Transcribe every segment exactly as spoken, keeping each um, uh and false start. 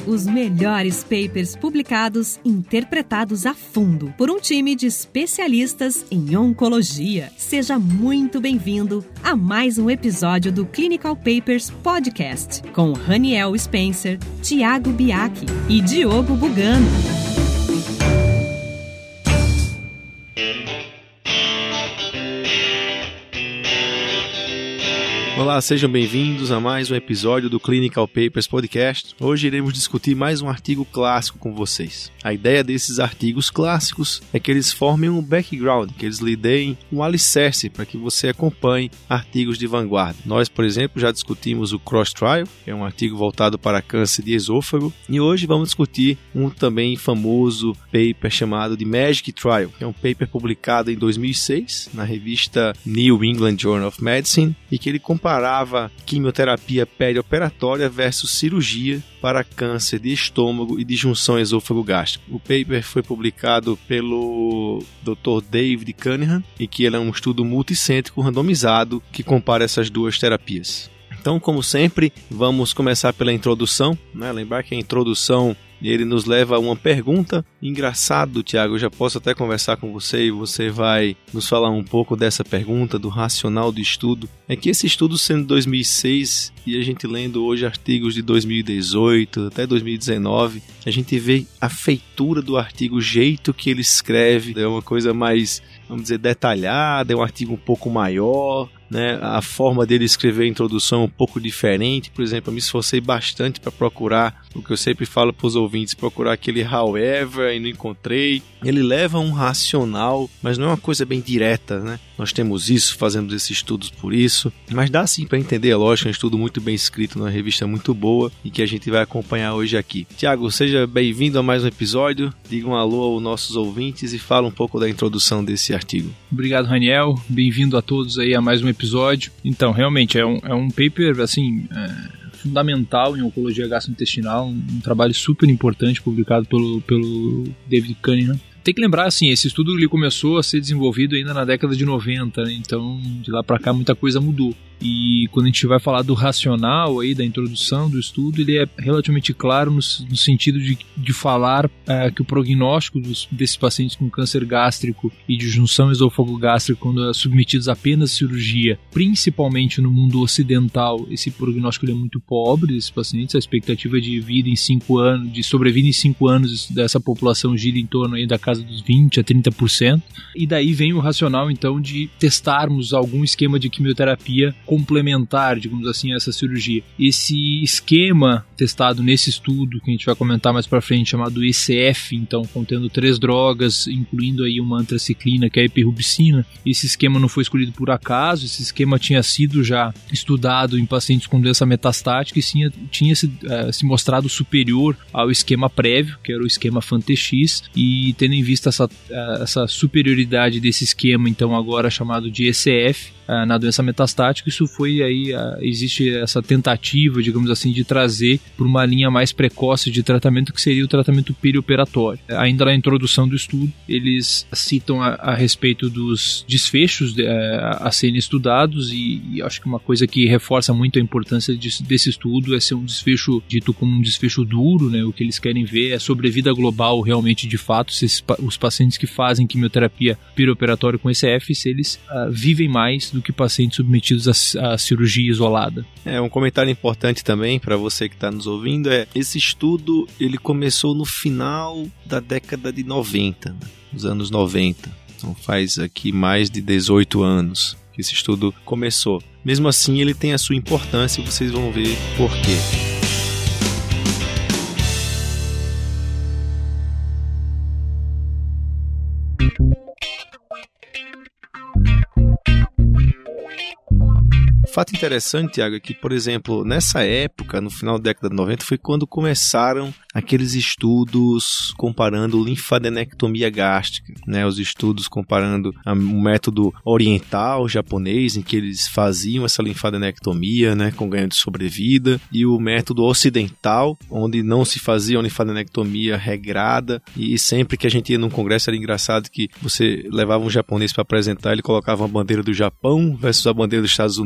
Os melhores papers publicados, interpretados a fundo por um time de especialistas em oncologia. Seja muito bem-vindo a mais um episódio do Clinical Papers Podcast, com Raniel Spencer, Tiago Biaki e Diogo Bugano. Olá, sejam bem-vindos a mais um episódio do Clinical Papers Podcast. Hoje iremos discutir mais um artigo clássico com vocês. A ideia desses artigos clássicos é que eles formem um background, que eles lhe deem um alicerce para que você acompanhe artigos de vanguarda. Nós, por exemplo, já discutimos o Cross Trial, que é um artigo voltado para câncer de esôfago, e hoje vamos discutir um também famoso paper chamado de Magic Trial, que é um paper publicado em dois mil e seis na revista New England Journal of Medicine, e que ele comparava quimioterapia perioperatória versus cirurgia para câncer de estômago e de junção esôfago-gástrica. O paper foi publicado pelo doutor David Cunningham e que ele é um estudo multicêntrico randomizado que compara essas duas terapias. Então, como sempre, vamos começar pela introdução, né? Lembrar que a introdução ele nos leva a uma pergunta. Engraçado, Tiago, eu já posso até conversar com você e você vai nos falar um pouco dessa pergunta, do racional do estudo. É que esse estudo sendo dois mil e seis e a gente lendo hoje artigos de dois mil e dezoito até dois mil e dezenove, a gente vê a feitura do artigo, o jeito que ele escreve, é uma coisa mais, vamos dizer, detalhada, é um artigo um pouco maior, né? A forma dele escrever a introdução é um pouco diferente. Por exemplo, eu me esforcei bastante para procurar o que eu sempre falo para os ouvintes, procurar aquele however e não encontrei. Ele leva um racional, mas não é uma coisa bem direta, né? Nós temos isso, fazemos esses estudos por isso, mas dá sim para entender, é lógico, é um estudo muito bem escrito, numa revista muito boa e que a gente vai acompanhar hoje aqui. Tiago, seja bem-vindo a mais um episódio, diga um alô aos nossos ouvintes e fala um pouco da introdução desse artigo. Obrigado, Raniel, bem-vindo a todos aí a mais um episódio. Então, realmente, é um, é um paper, assim, é, fundamental em oncologia gastrointestinal, um, um trabalho super importante publicado pelo, pelo David Cunningham. Tem que lembrar, assim, esse estudo ele começou a ser desenvolvido ainda na década de noventa, né? Então de lá para cá muita coisa mudou. E quando a gente vai falar do racional aí, da introdução do estudo, ele é relativamente claro no, no sentido de, de falar é, que o prognóstico dos, desses pacientes com câncer gástrico e de junção esôfago-gástrica, quando é submetidos apenas à cirurgia, principalmente no mundo ocidental, esse prognóstico ele é muito pobre desses pacientes. A expectativa de vida em cinco anos, de sobrevida em cinco anos dessa população gira em torno aí da casa dos vinte a trinta por cento. E daí vem o racional, então, de testarmos algum esquema de quimioterapia complementar, digamos assim, a essa cirurgia. Esse esquema testado nesse estudo, que a gente vai comentar mais pra frente, chamado E C F, então, contendo três drogas, incluindo aí uma antraciclina, que é a epirubicina. Esse esquema não foi escolhido por acaso, esse esquema tinha sido já estudado em pacientes com doença metastática e tinha, tinha se, uh, se mostrado superior ao esquema prévio, que era o esquema FANTE-X, e tendo em vista essa, uh, essa superioridade desse esquema, então, agora chamado de E C F, uh, na doença metastática, isso foi aí, uh, existe essa tentativa, digamos assim, de trazer para uma linha mais precoce de tratamento, que seria o tratamento perioperatório. Ainda na introdução do estudo, eles citam a, a respeito dos desfechos de, uh, a serem estudados, e, e acho que uma coisa que reforça muito a importância de, desse estudo é ser um desfecho dito como um desfecho duro, né? O que eles querem ver é sobrevida global realmente, de fato, se esses, os pacientes que fazem quimioterapia perioperatória com E C F, se eles uh, vivem mais do que pacientes submetidos a a cirurgia isolada. É, um comentário importante também para você que está nos ouvindo é, esse estudo ele começou no final da década de noventa, né? Nos anos noventa, então faz aqui mais de dezoito anos que esse estudo começou. Mesmo assim ele tem a sua importância e vocês vão ver por quê. Fato interessante, Tiago, é que, por exemplo, nessa época, no final da década de noventa, foi quando começaram aqueles estudos comparando linfadenectomia gástrica, né? Os estudos comparando o um método oriental japonês, em que eles faziam essa linfadenectomia, né, com ganho de sobrevida, e o método ocidental, onde não se fazia uma linfadenectomia regrada, e sempre que a gente ia num congresso era engraçado que você levava um japonês para apresentar, ele colocava a bandeira do Japão versus a bandeira dos Estados Unidos,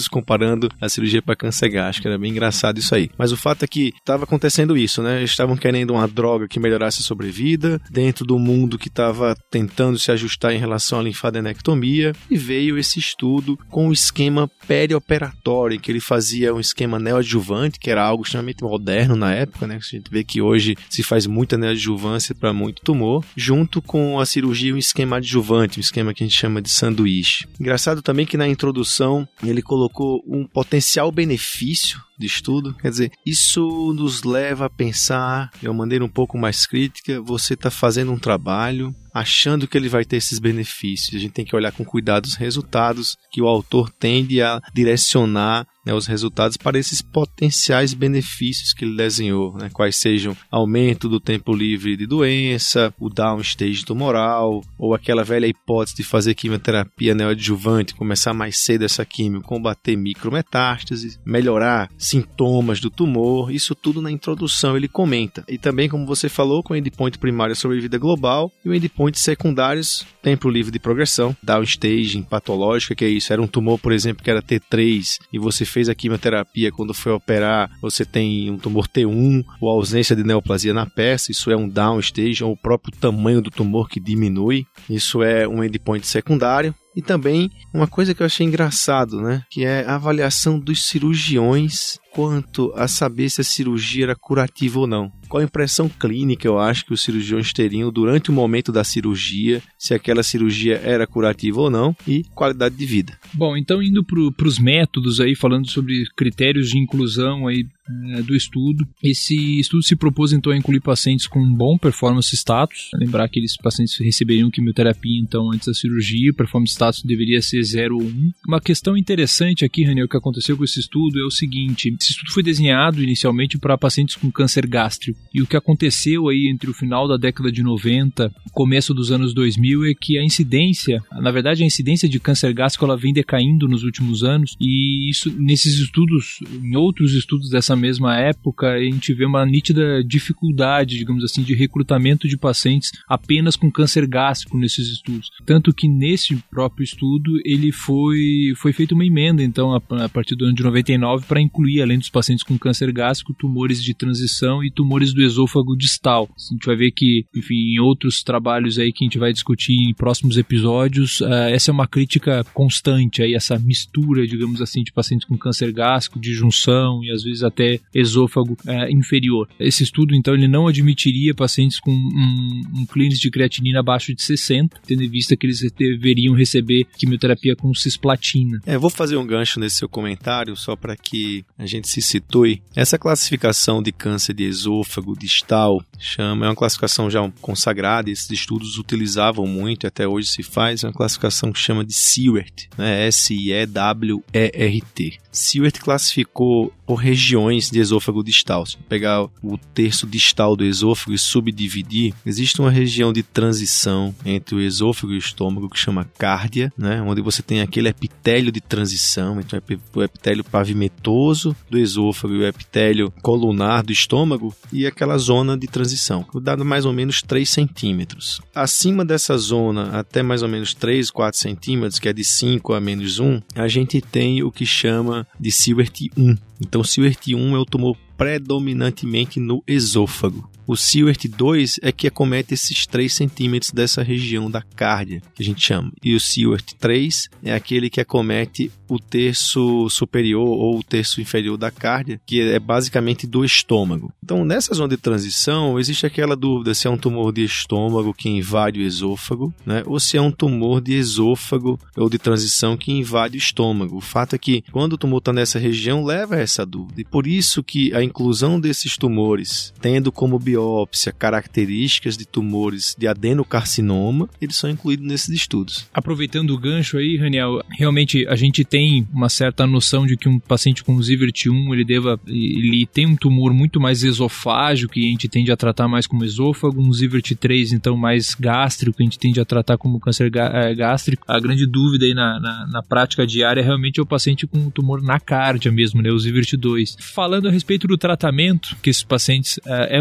comparando a cirurgia para câncer gástrico. Era bem engraçado isso aí. Mas o fato é que estava acontecendo isso, né? Eles estavam querendo uma droga que melhorasse a sobrevida dentro do mundo que estava tentando se ajustar em relação à linfadenectomia, e veio esse estudo com o esquema perioperatório, que ele fazia um esquema neoadjuvante, que era algo extremamente moderno na época, né? A gente vê que hoje se faz muita neoadjuvância para muito tumor, junto com a cirurgia um esquema adjuvante, um esquema que a gente chama de sanduíche. Engraçado também que na introdução ele colocou um potencial benefício de estudo, quer dizer, isso nos leva a pensar de uma maneira um pouco mais crítica. Você está fazendo um trabalho achando que ele vai ter esses benefícios. A gente tem que olhar com cuidado os resultados, que o autor tende a direcionar, né, os resultados para esses potenciais benefícios que ele desenhou, né, quais sejam aumento do tempo livre de doença, o downstage tumoral, ou aquela velha hipótese de fazer quimioterapia neoadjuvante, começar mais cedo essa quimio, combater micrometástases, melhorar sintomas do tumor. Isso tudo na introdução ele comenta. E também, como você falou, com o endpoint primário sobrevida global e o endpoint secundários, tempo livre de progressão, downstaging patológica, que é isso, era um tumor, por exemplo, que era T três e você fez a quimioterapia, quando foi operar, você tem um tumor T um ou ausência de neoplasia na peça, isso é um downstage, ou o próprio tamanho do tumor que diminui, isso é um endpoint secundário. E também uma coisa que eu achei engraçado, né, que é a avaliação dos cirurgiões quanto a saber se a cirurgia era curativa ou não. Qual a impressão clínica eu acho que os cirurgiões teriam durante o momento da cirurgia, se aquela cirurgia era curativa ou não, e qualidade de vida. Bom, então indo para os métodos aí, falando sobre critérios de inclusão aí é, do estudo, esse estudo se propôs então a incluir pacientes com bom performance status, lembrar que aqueles pacientes receberiam quimioterapia então antes da cirurgia, performance status deveria ser zero ou um. Uma questão interessante aqui, Raniel, que aconteceu com esse estudo é o seguinte: esse estudo foi desenhado inicialmente para pacientes com câncer gástrico, e o que aconteceu aí entre o final da década de noventa e começo dos anos dois mil é que a incidência, na verdade a incidência de câncer gástrico ela vem decaindo nos últimos anos, e isso nesses estudos, em outros estudos dessa mesma época, a gente vê uma nítida dificuldade, digamos assim, de recrutamento de pacientes apenas com câncer gástrico nesses estudos. Tanto que nesse próprio estudo ele foi, foi feita uma emenda, então, a, a partir do ano de noventa e nove, para incluir, além dos pacientes com câncer gástrico, tumores de transição e tumores do esôfago distal. A gente vai ver que, enfim, em outros trabalhos aí que a gente vai discutir em próximos episódios, uh, essa é uma crítica constante aí, essa mistura, digamos assim, de pacientes com câncer gástrico, de junção e às vezes até esôfago uh, inferior. Esse estudo, então, ele não admitiria pacientes com um, um clearance de creatinina abaixo de sessenta, tendo em vista que eles deveriam receber quimioterapia com cisplatina. É, vou fazer um gancho nesse seu comentário, só para que a gente se situe. Essa classificação de câncer de esôfago distal chama, é uma classificação já consagrada, esses estudos utilizavam muito, até hoje se faz, é uma classificação que chama de Siewert, né? S I E W E R T. Siewert classificou por regiões de esôfago distal. Se pegar o terço distal do esôfago e subdividir, existe uma região de transição entre o esôfago e o estômago que chama cárdia, né? Onde você tem aquele epitélio de transição, então o epitélio pavimetoso do esôfago e o epitélio colunar do estômago, e aquela zona de transição, dado mais ou menos três centímetros. Acima dessa zona, até mais ou menos três, quatro centímetros, que é de cinco a menos um, a gente tem o que chama de Siewert um. Então, Siewert um é o tumor predominantemente no esôfago. O Siewert dois é que acomete esses três centímetros dessa região da cárdia, que a gente chama. E o Siewert três é aquele que acomete o terço superior ou o terço inferior da cárdia, que é basicamente do estômago. Então, nessa zona de transição, existe aquela dúvida se é um tumor de estômago que invade o esôfago, né? Ou se é um tumor de esôfago ou de transição que invade o estômago. O fato é que, quando o tumor está nessa região, leva a essa dúvida. E por isso que a inclusão desses tumores, tendo como biópsia características de tumores de adenocarcinoma, eles são incluídos nesses estudos. Aproveitando o gancho aí, Raniel, realmente a gente tem uma certa noção de que um paciente com Siewert um, ele deva, ele tem um tumor muito mais esofágico, que a gente tende a tratar mais como esôfago, um Siewert três, então, mais gástrico, que a gente tende a tratar como câncer gástrico. A grande dúvida aí na, na, na prática diária realmente é o paciente com um tumor na cárdia mesmo, né, o Siewert dois. Falando a respeito do tratamento que esses pacientes uh, eram submetidos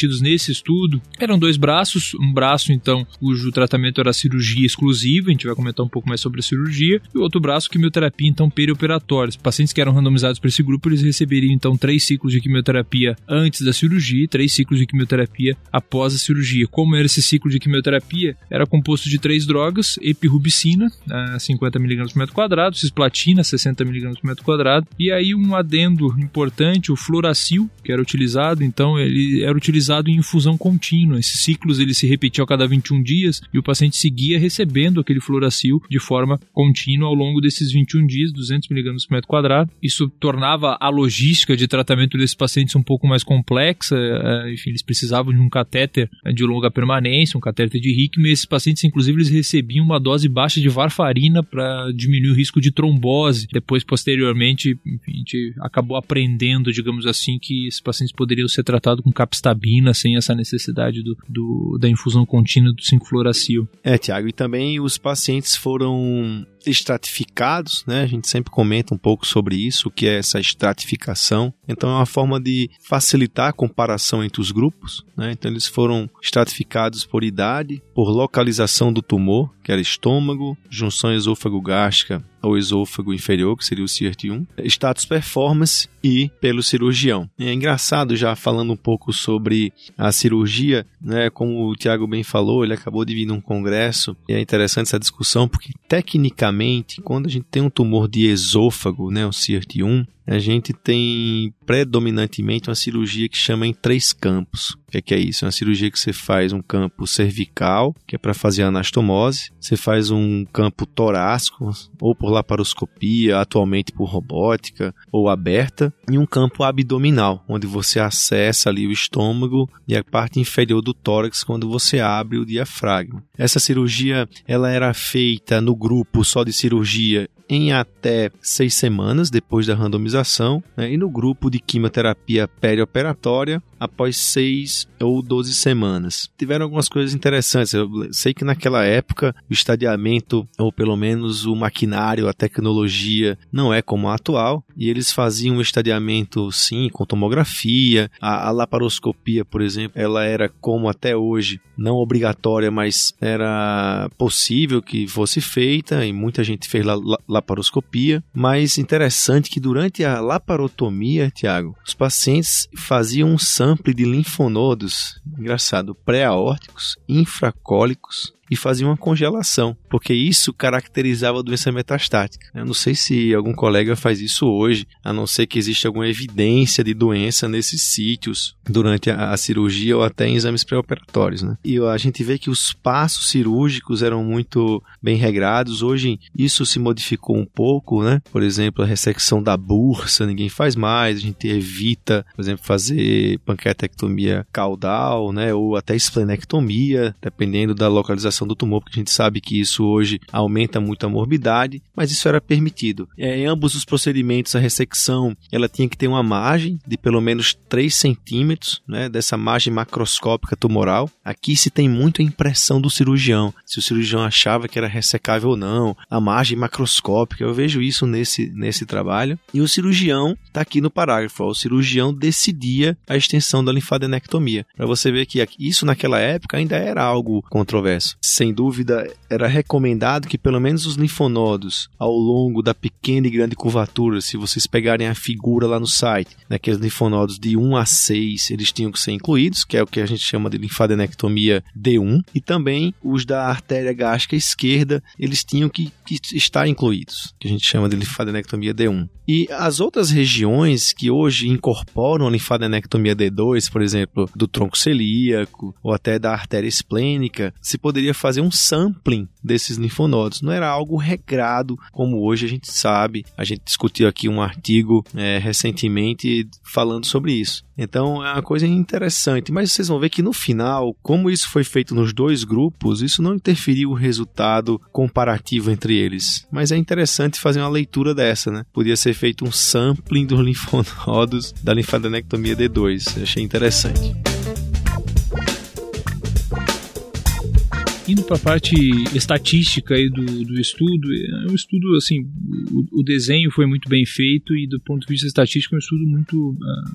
submetidos nesse estudo eram dois braços, um braço então cujo tratamento era cirurgia exclusiva, a gente vai comentar um pouco mais sobre a cirurgia, e o outro braço quimioterapia então perioperatória. Os pacientes que eram randomizados para esse grupo, eles receberiam então três ciclos de quimioterapia antes da cirurgia e três ciclos de quimioterapia após a cirurgia. Como era esse ciclo de quimioterapia? Era composto de três drogas: epirubicina, a cinquenta miligramas por metro quadrado, cisplatina, sessenta miligramas por metro quadrado, e aí um adendo importante, o fluoracil, que era utilizado, então ele era utilizado em infusão contínua. Esses ciclos eles se repetiam a cada vinte e um dias e o paciente seguia recebendo aquele fluoracil de forma contínua ao longo desses vinte e um dias, duzentos miligramas por metro quadrado. Isso tornava a logística de tratamento desses pacientes um pouco mais complexa, enfim, eles precisavam de um catéter de longa permanência, um catéter de Hickman, e esses pacientes, inclusive, eles recebiam uma dose baixa de varfarina para diminuir o risco de trombose. Depois, posteriormente, enfim, a gente acabou aprendendo, digamos assim, que esses pacientes poderiam ser tratados com capstabina sem essa necessidade do, do, da infusão contínua do cinco fluoracil. É, Tiago, e também os pacientes foram estratificados, né? A gente sempre comenta um pouco sobre isso, o que é essa estratificação. Então é uma forma de facilitar a comparação entre os grupos, né? Então eles foram estratificados por idade, por localização do tumor, que era estômago, junção esôfago-gástrica ou esôfago inferior, que seria o C I R T um, status performance e pelo cirurgião. E é engraçado, já falando um pouco sobre a cirurgia, né? Como o Tiago bem falou, ele acabou de vir num congresso, e é interessante essa discussão, porque tecnicamente, quando a gente tem um tumor de esôfago, né, o C I R T um, a gente tem predominantemente uma cirurgia que chama em três campos. O que é, que é isso? É uma cirurgia que você faz um campo cervical, que é para fazer anastomose, você faz um campo torácico, ou por laparoscopia, atualmente por robótica, ou aberta, e um campo abdominal, onde você acessa ali o estômago e a parte inferior do tórax quando você abre o diafragma. Essa cirurgia ela era feita no grupo só de cirurgia em até seis semanas depois da randomização, né, e no grupo de quimioterapia perioperatória após seis ou doze semanas. Tiveram algumas coisas interessantes. Eu sei que naquela época o estadiamento, ou pelo menos o maquinário, a tecnologia, não é como a atual, e eles faziam um estadiamento sim, com tomografia. A, a laparoscopia, por exemplo, ela era como até hoje, não obrigatória, mas era possível que fosse feita, e muita gente fez la, la, laparoscopia. Mas interessante que durante a laparotomia, Tiago, os pacientes faziam um sample de linfonodos, engraçado, pré-aórticos, infracólicos, e fazia uma congelação, porque isso caracterizava a doença metastática. Eu não sei se algum colega faz isso hoje, a não ser que exista alguma evidência de doença nesses sítios durante a, a cirurgia ou até em exames pré-operatórios, né? E a gente vê que os passos cirúrgicos eram muito bem regrados. Hoje isso se modificou um pouco, né? Por exemplo, a ressecção da bursa ninguém faz mais, a gente evita, por exemplo, fazer pancreatectomia caudal, né? Ou até esplenectomia, dependendo da localização do tumor, porque a gente sabe que isso hoje aumenta muito a morbidade, mas isso era permitido. É, em ambos os procedimentos, a ressecção ela tinha que ter uma margem de pelo menos três centímetros, né, dessa margem macroscópica tumoral. Aqui se tem muito a impressão do cirurgião, se o cirurgião achava que era ressecável ou não, a margem macroscópica, eu vejo isso nesse, nesse trabalho. E o cirurgião, está aqui no parágrafo, ó, o cirurgião decidia a extensão da linfadenectomia. Para você ver que isso naquela época ainda era algo controverso. Sem dúvida, era recomendado que pelo menos os linfonodos ao longo da pequena e grande curvatura, se vocês pegarem a figura lá no site, naqueles linfonodos de um a seis, eles tinham que ser incluídos, que é o que a gente chama de linfadenectomia D um, e também os da artéria gástrica esquerda, eles tinham que, que estar incluídos, que a gente chama de linfadenectomia D um. E as outras regiões que hoje incorporam a linfadenectomia D dois, por exemplo, do tronco celíaco ou até da artéria esplênica, se poderia fazer um sampling desses linfonodos. Não era algo regrado como hoje a gente sabe. A gente discutiu aqui um artigo é, recentemente falando sobre isso. Então é uma coisa interessante, mas vocês vão ver que no final, como isso foi feito nos dois grupos, isso não interferiu o resultado comparativo entre eles. Mas é interessante fazer uma leitura dessa, né? Podia ser feito um sampling dos linfonodos da linfadenectomia D dois. Eu achei interessante. Indo para a parte estatística aí do, do estudo, é um estudo, assim, o, o desenho foi muito bem feito e do ponto de vista estatístico é um estudo muito... Uh,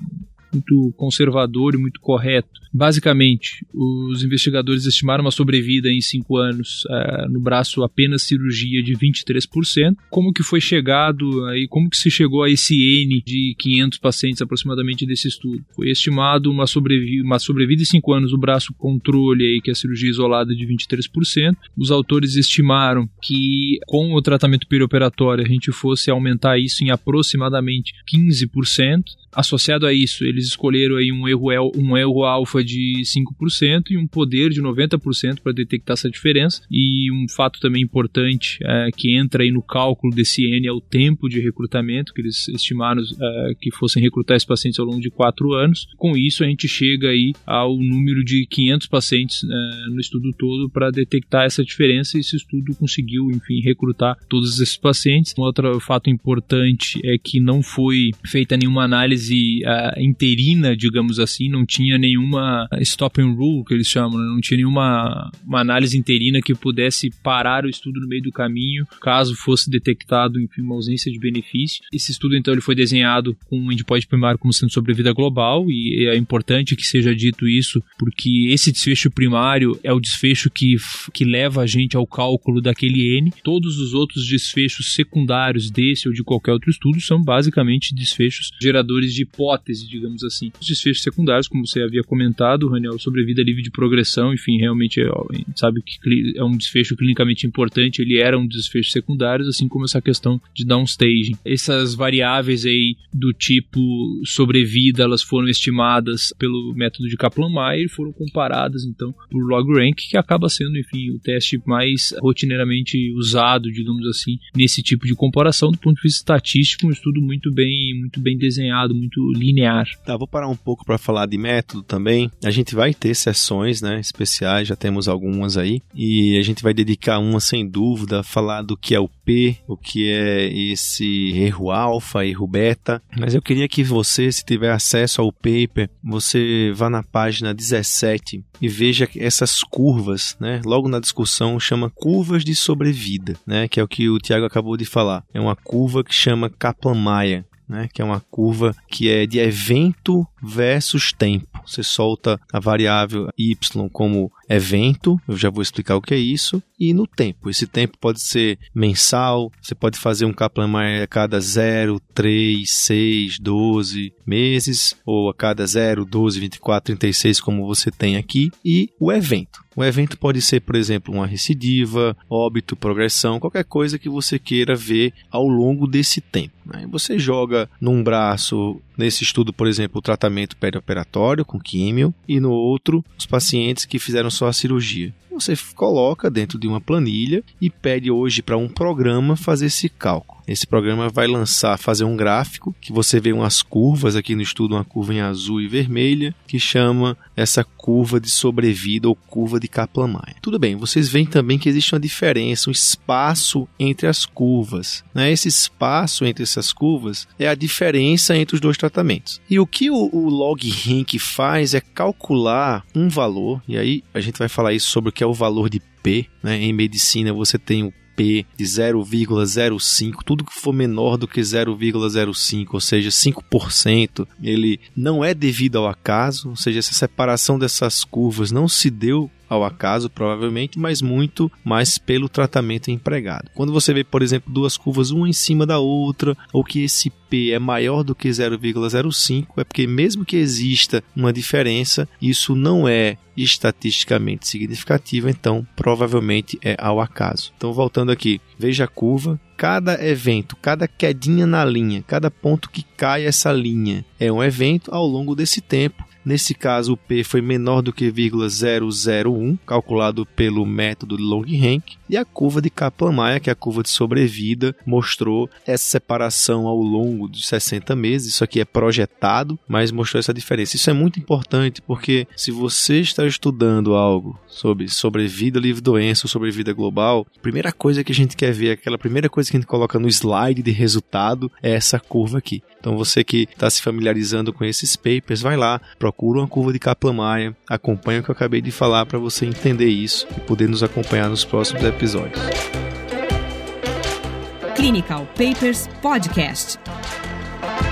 muito conservador e muito correto. Basicamente, os investigadores estimaram uma sobrevida em cinco anos uh, no braço apenas cirurgia de vinte e três por cento. Como que foi chegado, aí, como que se chegou a esse N de quinhentos pacientes aproximadamente desse estudo? Foi estimado uma sobrevida, uma sobrevida em cinco anos no braço controle, aí, que é a cirurgia isolada de vinte e três por cento. Os autores estimaram que com o tratamento perioperatório a gente fosse aumentar isso em aproximadamente quinze por cento. Associado a isso, eles escolheram aí um erro, um erro alfa de cinco por cento e um poder de noventa por cento para detectar essa diferença. E um fato também importante é, que entra aí no cálculo desse N é o tempo de recrutamento, que eles estimaram é, que fossem recrutar esses pacientes ao longo de quatro anos. Com isso, a gente chega aí ao número de quinhentos pacientes é, no estudo todo para detectar essa diferença, e esse estudo conseguiu, enfim, recrutar todos esses pacientes. Um outro fato importante é que não foi feita nenhuma análise Uh, interina, digamos assim, não tinha nenhuma stop and rule, que eles chamam, né? Não tinha nenhuma uma análise interina que pudesse parar o estudo no meio do caminho, caso fosse detectado, enfim, uma ausência de benefício. Esse estudo, então, ele foi desenhado com um endpoint primário como sendo sobrevida global, e é importante que seja dito isso, porque esse desfecho primário é o desfecho que, que leva a gente ao cálculo daquele N. Todos os outros desfechos secundários desse ou de qualquer outro estudo são basicamente desfechos geradores de hipótese, digamos assim. Os desfechos secundários, como você havia comentado, Raniel, sobrevida livre de progressão, enfim, realmente é, a gente sabe que é um desfecho clinicamente importante, ele era um desfecho secundário, assim como essa questão de downstaging. Essas variáveis aí do tipo sobrevida, elas foram estimadas pelo método de Kaplan-Meier e foram comparadas, então, por log-rank, que acaba sendo, enfim, o teste mais rotineiramente usado, digamos assim, nesse tipo de comparação. Do ponto de vista estatístico, um estudo muito bem, muito bem desenhado, muito linear. Tá, vou parar um pouco para falar de método também. A gente vai ter sessões, né, especiais, já temos algumas aí, e a gente vai dedicar uma, sem dúvida, a falar do que é o P, o que é esse erro alfa, erro beta. Mas eu queria que você, se tiver acesso ao paper, você vá na página dezessete e veja essas curvas, né? Logo na discussão chama curvas de sobrevida, né? Que é o que o Tiago acabou de falar. É uma curva que chama Kaplan-Meier, né, que é uma curva que é de evento versus tempo. Você solta a variável y como evento, eu já vou explicar o que é isso, e no tempo. Esse tempo pode ser mensal, você pode fazer um Kaplan-Meier a cada zero, três, seis, doze meses, ou a cada zero, doze, vinte e quatro, trinta e seis, como você tem aqui, e o evento. O evento pode ser, por exemplo, uma recidiva, óbito, progressão, qualquer coisa que você queira ver ao longo desse tempo, né? Você joga num braço, nesse estudo, por exemplo, o tratamento perioperatório com químio, e no outro, os pacientes que fizeram só a cirurgia. Você coloca dentro de uma planilha e pede hoje para um programa fazer esse cálculo. Esse programa vai lançar, fazer um gráfico, que você vê umas curvas aqui no estudo, uma curva em azul e vermelha, que chama essa curva de sobrevida ou curva de Kaplan-Meier. Tudo bem, vocês veem também que existe uma diferença, um espaço entre as curvas, né? Esse espaço entre essas curvas é a diferença entre os dois tratamentos. E o que o, o log-rank faz é calcular um valor, e aí a gente vai falar isso sobre o que é o valor de P, né? Em medicina você tem o P de zero vírgula zero cinco, tudo que for menor do que zero vírgula zero cinco, ou seja, cinco por cento, ele não é devido ao acaso, ou seja, essa separação dessas curvas não se deu ao acaso, provavelmente, mas muito mais pelo tratamento empregado. Quando você vê, por exemplo, duas curvas uma em cima da outra, ou que esse P é maior do que zero vírgula zero cinco, é porque mesmo que exista uma diferença, isso não é estatisticamente significativo, então provavelmente é ao acaso. Então, voltando aqui, veja a curva. Cada evento, cada quedinha na linha, cada ponto que cai essa linha é um evento ao longo desse tempo. Nesse caso, o P foi menor do que vírgula zero zero um, calculado pelo método de log-rank, e a curva de Kaplan-Meier, que é a curva de sobrevida, mostrou essa separação ao longo de sessenta meses. Isso aqui é projetado, mas mostrou essa diferença. Isso é muito importante, porque se você está estudando algo sobre sobrevida livre-doença ou sobrevida global, a primeira coisa que a gente quer ver, aquela primeira coisa que a gente coloca no slide de resultado, é essa curva aqui. Então, você que está se familiarizando com esses papers, vai lá, procura uma curva de Kaplan-Meier, acompanha o que eu acabei de falar para você entender isso e poder nos acompanhar nos próximos episódios. Clinical Papers Podcast.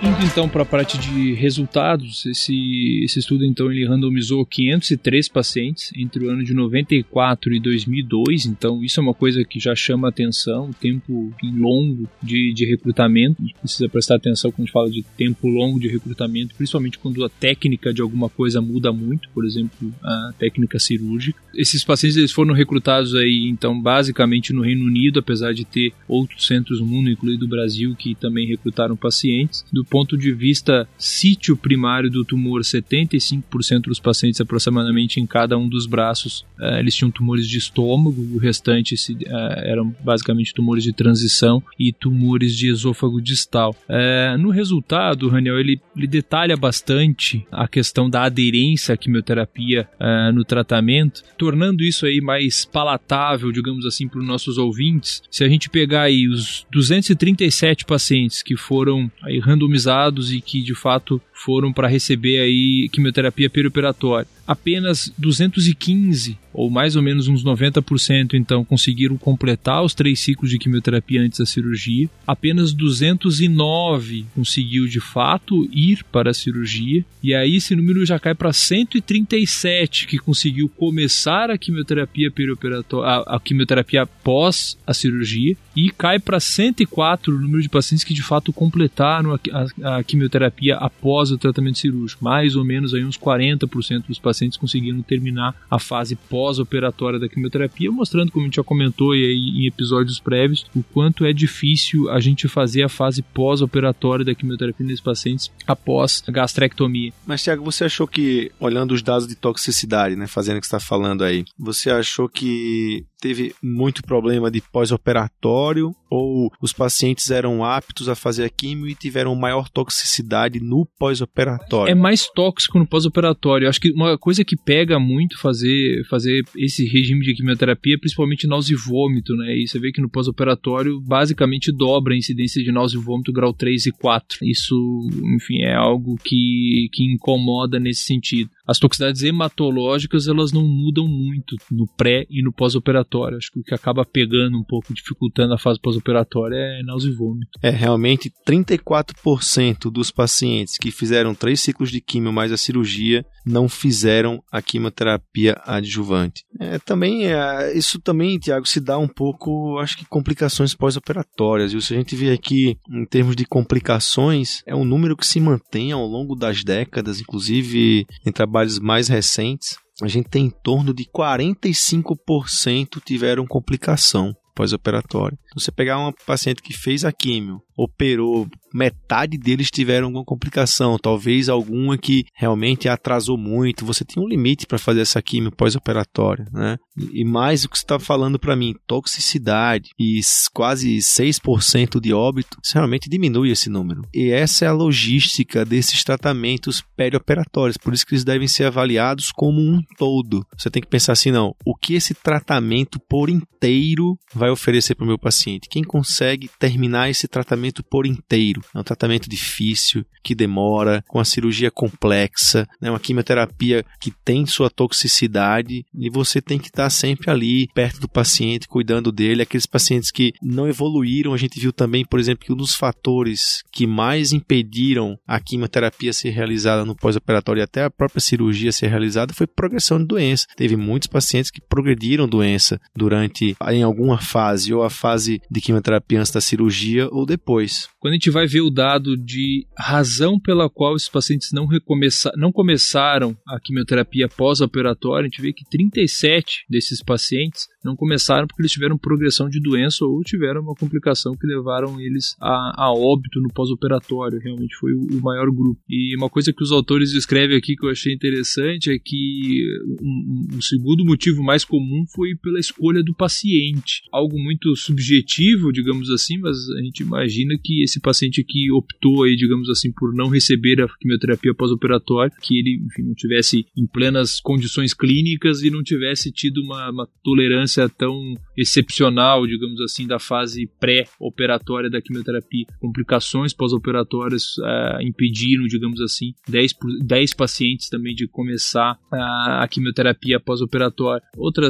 Indo então para a parte de resultados, esse, esse estudo então ele randomizou quinhentos e três pacientes entre o ano de noventa e quatro e dois mil e dois, então isso é uma coisa que já chama atenção, tempo longo de, de recrutamento, a gente precisa prestar atenção quando a gente fala de tempo longo de recrutamento, principalmente quando a técnica de alguma coisa muda muito, por exemplo, a técnica cirúrgica. Esses pacientes eles foram recrutados aí então basicamente no Reino Unido, apesar de ter outros centros no mundo, incluindo o Brasil, que também recrutaram pacientes. Do ponto de vista sítio primário do tumor, setenta e cinco por cento dos pacientes aproximadamente em cada um dos braços, uh, eles tinham tumores de estômago, o restante se, uh, eram basicamente tumores de transição e tumores de esôfago distal. Uh, no resultado, o Raniel ele, ele detalha bastante a questão da aderência à quimioterapia uh, no tratamento, tornando isso aí mais palatável, digamos assim, para os nossos ouvintes. Se a gente pegar aí os duzentos e trinta e sete pacientes que foram aí randomizados e que de fato foram para receber aí quimioterapia perioperatória, apenas duzentos e quinze, ou mais ou menos uns noventa por cento então, conseguiram completar os três ciclos de quimioterapia antes da cirurgia. Apenas duzentos e nove conseguiu de fato ir para a cirurgia, e aí esse número já cai para cento e trinta e sete que conseguiu começar a quimioterapia perioperatória, a, a quimioterapia após a cirurgia, e cai para cento e quatro o número de pacientes que de fato completaram a, a, a quimioterapia após o tratamento cirúrgico. Mais ou menos aí uns quarenta por cento dos pacientes conseguiram terminar a fase pós-operatória da quimioterapia, mostrando, como a gente já comentou aí em episódios prévios, o quanto é difícil a gente fazer a fase pós-operatória da quimioterapia nesses pacientes após a gastrectomia. Mas, Thiago, você achou que, olhando os dados de toxicidade, né, fazendo o que você está falando aí, você achou que teve muito problema de pós-operatório, ou os pacientes eram aptos a fazer a quimio e tiveram maior toxicidade no pós-operatório? É mais tóxico no pós-operatório. Eu acho que uma coisa que pega muito fazer, fazer esse regime de quimioterapia, principalmente náusea e vômito, né? E você vê que no pós-operatório basicamente dobra a incidência de náusea e vômito grau três e quatro. Isso, enfim, é algo que, que incomoda nesse sentido. As toxicidades hematológicas, elas não mudam muito no pré e no pós-operatório. Acho que o que acaba pegando um pouco, dificultando a fase pós-operatória é náusea e vômito. É, realmente, trinta e quatro por cento dos pacientes que fizeram três ciclos de quimio mais a cirurgia não fizeram a quimioterapia adjuvante. É, também, é, isso também, Tiago, se dá um pouco, acho que, complicações pós-operatórias. E se a gente vê aqui, em termos de complicações, é um número que se mantém ao longo das décadas, inclusive em trabalhos mais recentes. A gente tem em torno de quarenta e cinco por cento tiveram complicação pós-operatória. Se você pegar uma paciente que fez a quimio, operou, metade deles tiveram alguma complicação, talvez alguma que realmente atrasou muito, você tem um limite para fazer essa quimio pós-operatória, né? E mais o que você está falando para mim, toxicidade e quase seis por cento de óbito, isso realmente diminui esse número. E essa é a logística desses tratamentos perioperatórios, por isso que eles devem ser avaliados como um todo. Você tem que pensar assim, não, o que esse tratamento por inteiro vai oferecer para o meu paciente? Quem consegue terminar esse tratamento por inteiro? É um tratamento difícil, que demora, com a cirurgia complexa, né? Uma quimioterapia que tem sua toxicidade, e você tem que estar sempre ali, perto do paciente, cuidando dele. Aqueles pacientes que não evoluíram, a gente viu também, por exemplo, que um dos fatores que mais impediram a quimioterapia ser realizada no pós-operatório e até a própria cirurgia ser realizada foi progressão de doença. Teve muitos pacientes que progrediram doença durante, em alguma fase, ou a fase de quimioterapia antes da cirurgia ou depois. Quando a gente vai ver o dado de razão pela qual esses pacientes não, recomeça, não começaram a quimioterapia pós-operatória, a gente vê que trinta e sete desses pacientes não começaram porque eles tiveram progressão de doença ou tiveram uma complicação que levaram eles a, a óbito no pós-operatório. Realmente foi o, o maior grupo. E uma coisa que os autores descrevem aqui que eu achei interessante é que um, um segundo motivo mais comum foi pela escolha do paciente. Algo muito subjetivo, digamos assim, mas a gente imagina que esse paciente aqui optou aí, digamos assim, por não receber a quimioterapia pós-operatória, que ele, enfim, não tivesse em plenas condições clínicas e não tivesse tido uma, uma tolerância tão excepcional, digamos assim, da fase pré-operatória da quimioterapia. Complicações pós-operatórias uh, impediram, digamos assim, dez, dez pacientes também de começar uh, a quimioterapia pós-operatória. Outras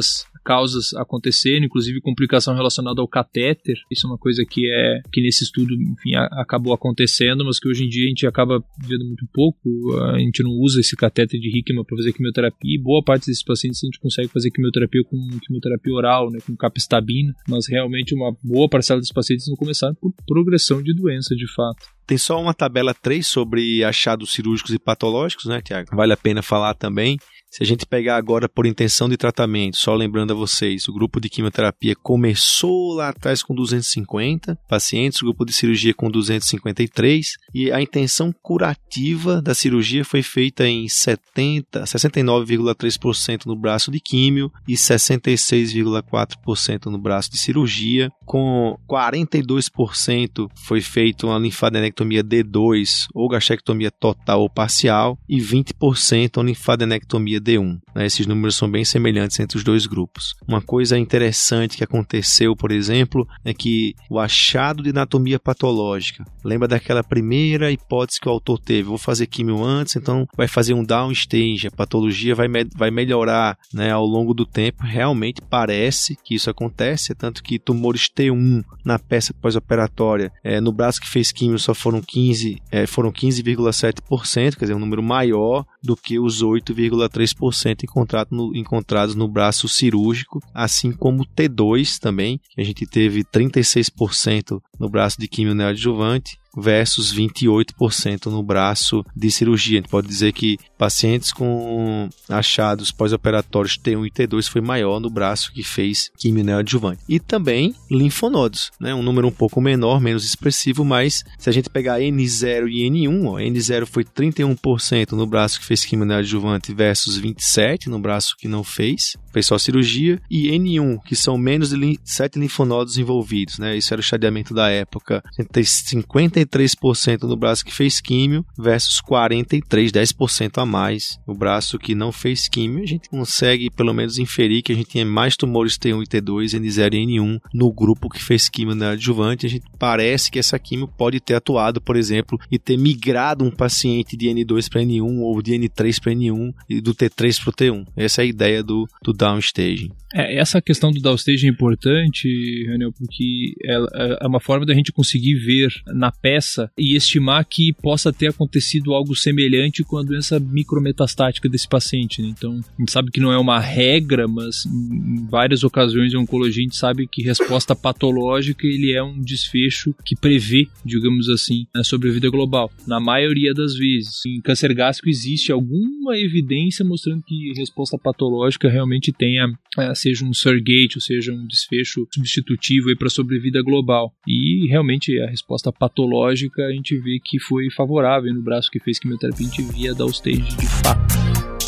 causas acontecendo, inclusive complicação relacionada ao catéter. Isso é uma coisa que, é, que nesse estudo, enfim, a, acabou acontecendo, mas que hoje em dia a gente acaba vendo muito pouco. A gente não usa esse catéter de Hickman para fazer quimioterapia, e boa parte desses pacientes a gente consegue fazer quimioterapia com quimioterapia oral, né, com capecitabina, mas realmente uma boa parcela dos pacientes não começaram por progressão de doença, de fato. Tem só uma tabela três sobre achados cirúrgicos e patológicos, né, Tiago? Vale a pena falar também. Se a gente pegar agora por intenção de tratamento, só lembrando a vocês, o grupo de quimioterapia começou lá atrás com duzentos e cinquenta pacientes, o grupo de cirurgia com duzentos e cinquenta e três, e a intenção curativa da cirurgia foi feita em setenta, sessenta e nove vírgula três por cento no braço de químio e sessenta e seis vírgula quatro por cento no braço de cirurgia, com quarenta e dois por cento foi feito uma linfadenectomia D dois ou gastrectomia total ou parcial e vinte por cento uma linfadenectomia D um. Né? Esses números são bem semelhantes entre os dois grupos. Uma coisa interessante que aconteceu, por exemplo, é que o achado de anatomia patológica, lembra daquela primeira hipótese que o autor teve, vou fazer químio antes, então vai fazer um downstage, a patologia vai, me- vai melhorar, né, ao longo do tempo. Realmente parece que isso acontece, tanto que tumores T um na peça pós-operatória, é, no braço que fez químio só foram quinze, é, foram quinze vírgula sete por cento, quer dizer, um número maior do que os oito vírgula três por cento encontrado no, encontrados no braço cirúrgico, assim como T dois também, que a gente teve trinta e seis por cento no braço de químio neoadjuvante versus vinte e oito por cento no braço de cirurgia. A gente pode dizer que pacientes com achados pós-operatórios T um e T dois foi maior no braço que fez químio neoadjuvante. E também linfonodos, né? Um número um pouco menor, menos expressivo, mas se a gente pegar N zero e N um, ó, N zero foi trinta e um por cento no braço que fez químio neoadjuvante versus vinte e sete por cento no braço que não fez, fez só cirurgia, e N um, que são menos de sete linfonodos envolvidos, né? Isso era o chadeamento da época. A gente tem cinquenta e três por cento no braço que fez químio versus quarenta e três por cento, dez por cento a mais no braço que não fez químio. A gente consegue pelo menos inferir que a gente tinha mais tumores T um e T dois, N zero e N um no grupo que fez químio neoadjuvante. A gente parece que essa químio pode ter atuado, por exemplo, e ter migrado um paciente de N dois para N um ou de N três para N um e do T três para o T um. Essa é a ideia do, do downstaging. É, essa questão do downstaging é importante, Raniel, porque é, é uma forma da gente conseguir ver na peça e estimar que possa ter acontecido algo semelhante com a doença micrometastática desse paciente, né? Então, a gente sabe que não é uma regra, mas em várias ocasiões em oncologia a gente sabe que resposta patológica ele é um desfecho que prevê, digamos assim, a sobrevida global. Na maioria das vezes. Em câncer gástrico existe alguma evidência mostrando que resposta patológica realmente tenha, seja um surrogate, ou seja, um desfecho substitutivo para a sobrevida global. E realmente a resposta patológica a gente vê que foi favorável. No braço que fez quimioterapia a gente via downstaging de fato.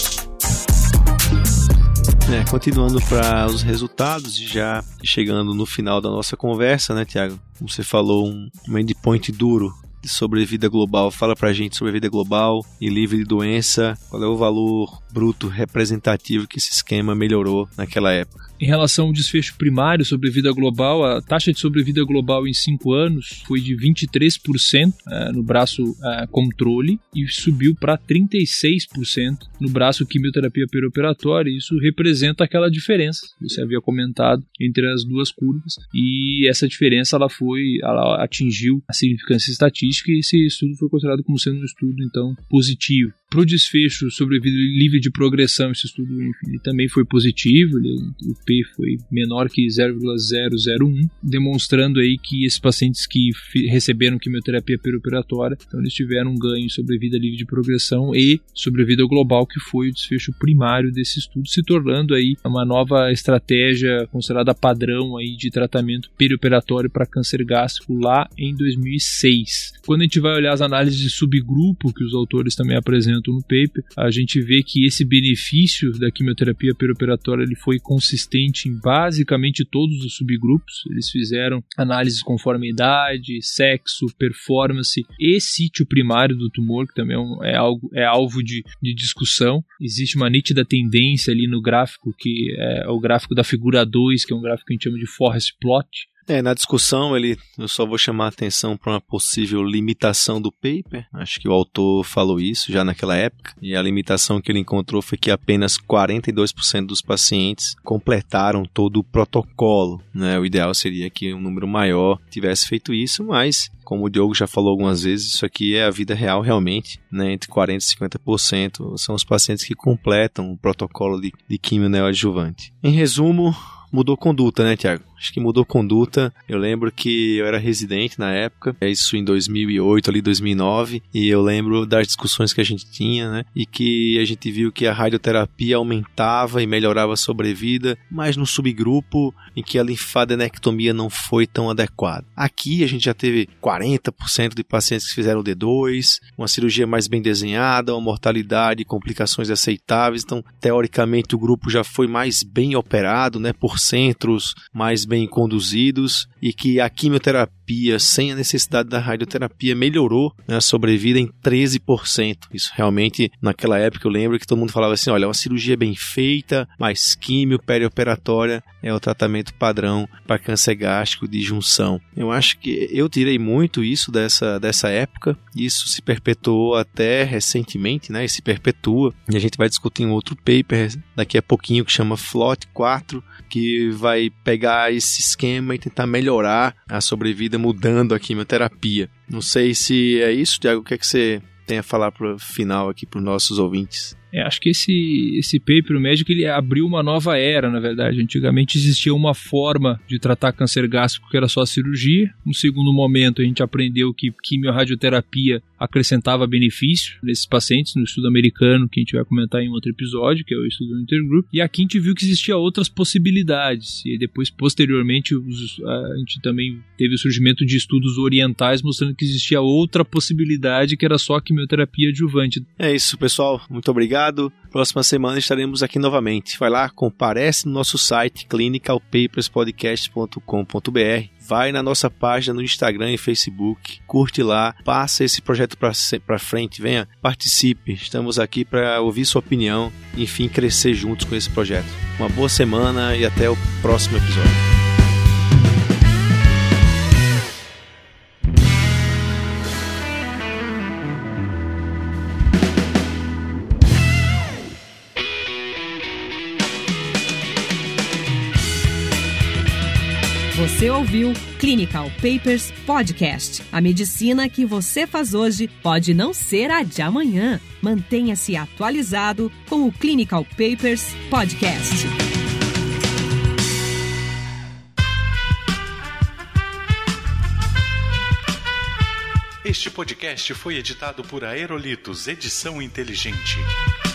É, continuando para os resultados, já chegando no final da nossa conversa, né, Tiago? Como você falou, um, um endpoint duro de sobrevida global. Fala pra gente sobre vida global e livre de doença. Qual é o valor bruto representativo que esse esquema melhorou naquela época? Em relação ao desfecho primário, sobrevida global, a taxa de sobrevida global em cinco anos foi de vinte e três por cento uh, no braço uh, controle e subiu para trinta e seis por cento no braço quimioterapia perioperatória. Isso representa aquela diferença que você havia comentado entre as duas curvas, e essa diferença ela foi, ela atingiu a significância estatística, e esse estudo foi considerado como sendo um estudo então positivo. Para o desfecho sobrevida livre de progressão, esse estudo enfim, ele também foi positivo, ele, o P foi menor que zero vírgula zero zero um, demonstrando aí que esses pacientes que f- receberam quimioterapia perioperatória, então eles tiveram um ganho em sobrevida livre de progressão e sobrevida global, que foi o desfecho primário desse estudo, se tornando aí uma nova estratégia considerada padrão aí de tratamento perioperatório para câncer gástrico lá em dois mil e seis. Quando a gente vai olhar as análises de subgrupo que os autores também apresentam no paper, a gente vê que esse benefício da quimioterapia perioperatória ele foi consistente em basicamente todos os subgrupos. Eles fizeram análises conforme idade, sexo, performance e sítio primário do tumor, que também é, um, é, algo, é alvo de, de discussão. Existe uma nítida tendência ali no gráfico, que é o gráfico da figura dois, que é um gráfico que a gente chama de forest plot. É, na discussão ele, eu só vou chamar a atenção para uma possível limitação do paper. Acho que o autor falou isso já naquela época. E a limitação que ele encontrou foi que apenas quarenta e dois por cento dos pacientes completaram todo o protocolo, né? O ideal seria que um número maior tivesse feito isso, mas como o Diogo já falou algumas vezes, isso aqui é a vida real realmente, né? Entre quarenta e cinquenta por cento são os pacientes que completam o protocolo de, de quimio neoadjuvante. Em resumo, mudou conduta, né, Tiago? Acho que mudou conduta. Eu lembro que eu era residente na época, é isso em dois mil e oito, ali dois mil e nove, e eu lembro das discussões que a gente tinha, né, e que a gente viu que a radioterapia aumentava e melhorava a sobrevida, mas no subgrupo em que a linfadenectomia não foi tão adequada. Aqui a gente já teve quarenta por cento de pacientes que fizeram D dois, uma cirurgia mais bem desenhada, uma mortalidade e complicações aceitáveis, então teoricamente o grupo já foi mais bem operado, né, por centros mais bem conduzidos, e que a quimioterapia sem a necessidade da radioterapia melhorou, né, a sobrevida em treze por cento. Isso realmente, naquela época eu lembro que todo mundo falava assim, olha, uma cirurgia bem feita, mais químio perioperatória é o tratamento padrão para câncer gástrico de junção. Eu acho que eu tirei muito isso dessa, dessa época, isso se perpetuou até recentemente, né, e se perpetua, e a gente vai discutir um outro paper daqui a pouquinho que chama F L O T quatro, que vai pegar esse esquema e tentar melhorar a sobrevida mudando a quimioterapia. Não sei se é isso, Tiago, o que é que você tem a falar para o final aqui para os nossos ouvintes? É, acho que esse, esse paper médico ele abriu uma nova era, na verdade. Antigamente existia uma forma de tratar câncer gástrico que era só a cirurgia. No segundo momento a gente aprendeu que quimiorradioterapia acrescentava benefício nesses pacientes, no estudo americano, que a gente vai comentar em outro episódio, que é o estudo do Intergroup. E aqui a gente viu que existia outras possibilidades. E depois, posteriormente, os, a gente também teve o surgimento de estudos orientais mostrando que existia outra possibilidade, que era só a quimioterapia adjuvante. É isso, pessoal. Muito obrigado. Próxima semana estaremos aqui novamente. Vai lá, comparece no nosso site clinical papers podcast ponto com ponto b r. Vai na nossa página no Instagram e Facebook, curte lá, passa esse projeto para frente, venha, participe. Estamos aqui para ouvir sua opinião e, enfim, crescer juntos com esse projeto. Uma boa semana e até o próximo episódio. Você ouviu Clinical Papers Podcast. A medicina que você faz hoje pode não ser a de amanhã. Mantenha-se atualizado com o Clinical Papers Podcast. Este podcast foi editado por Aerolitos Edição Inteligente.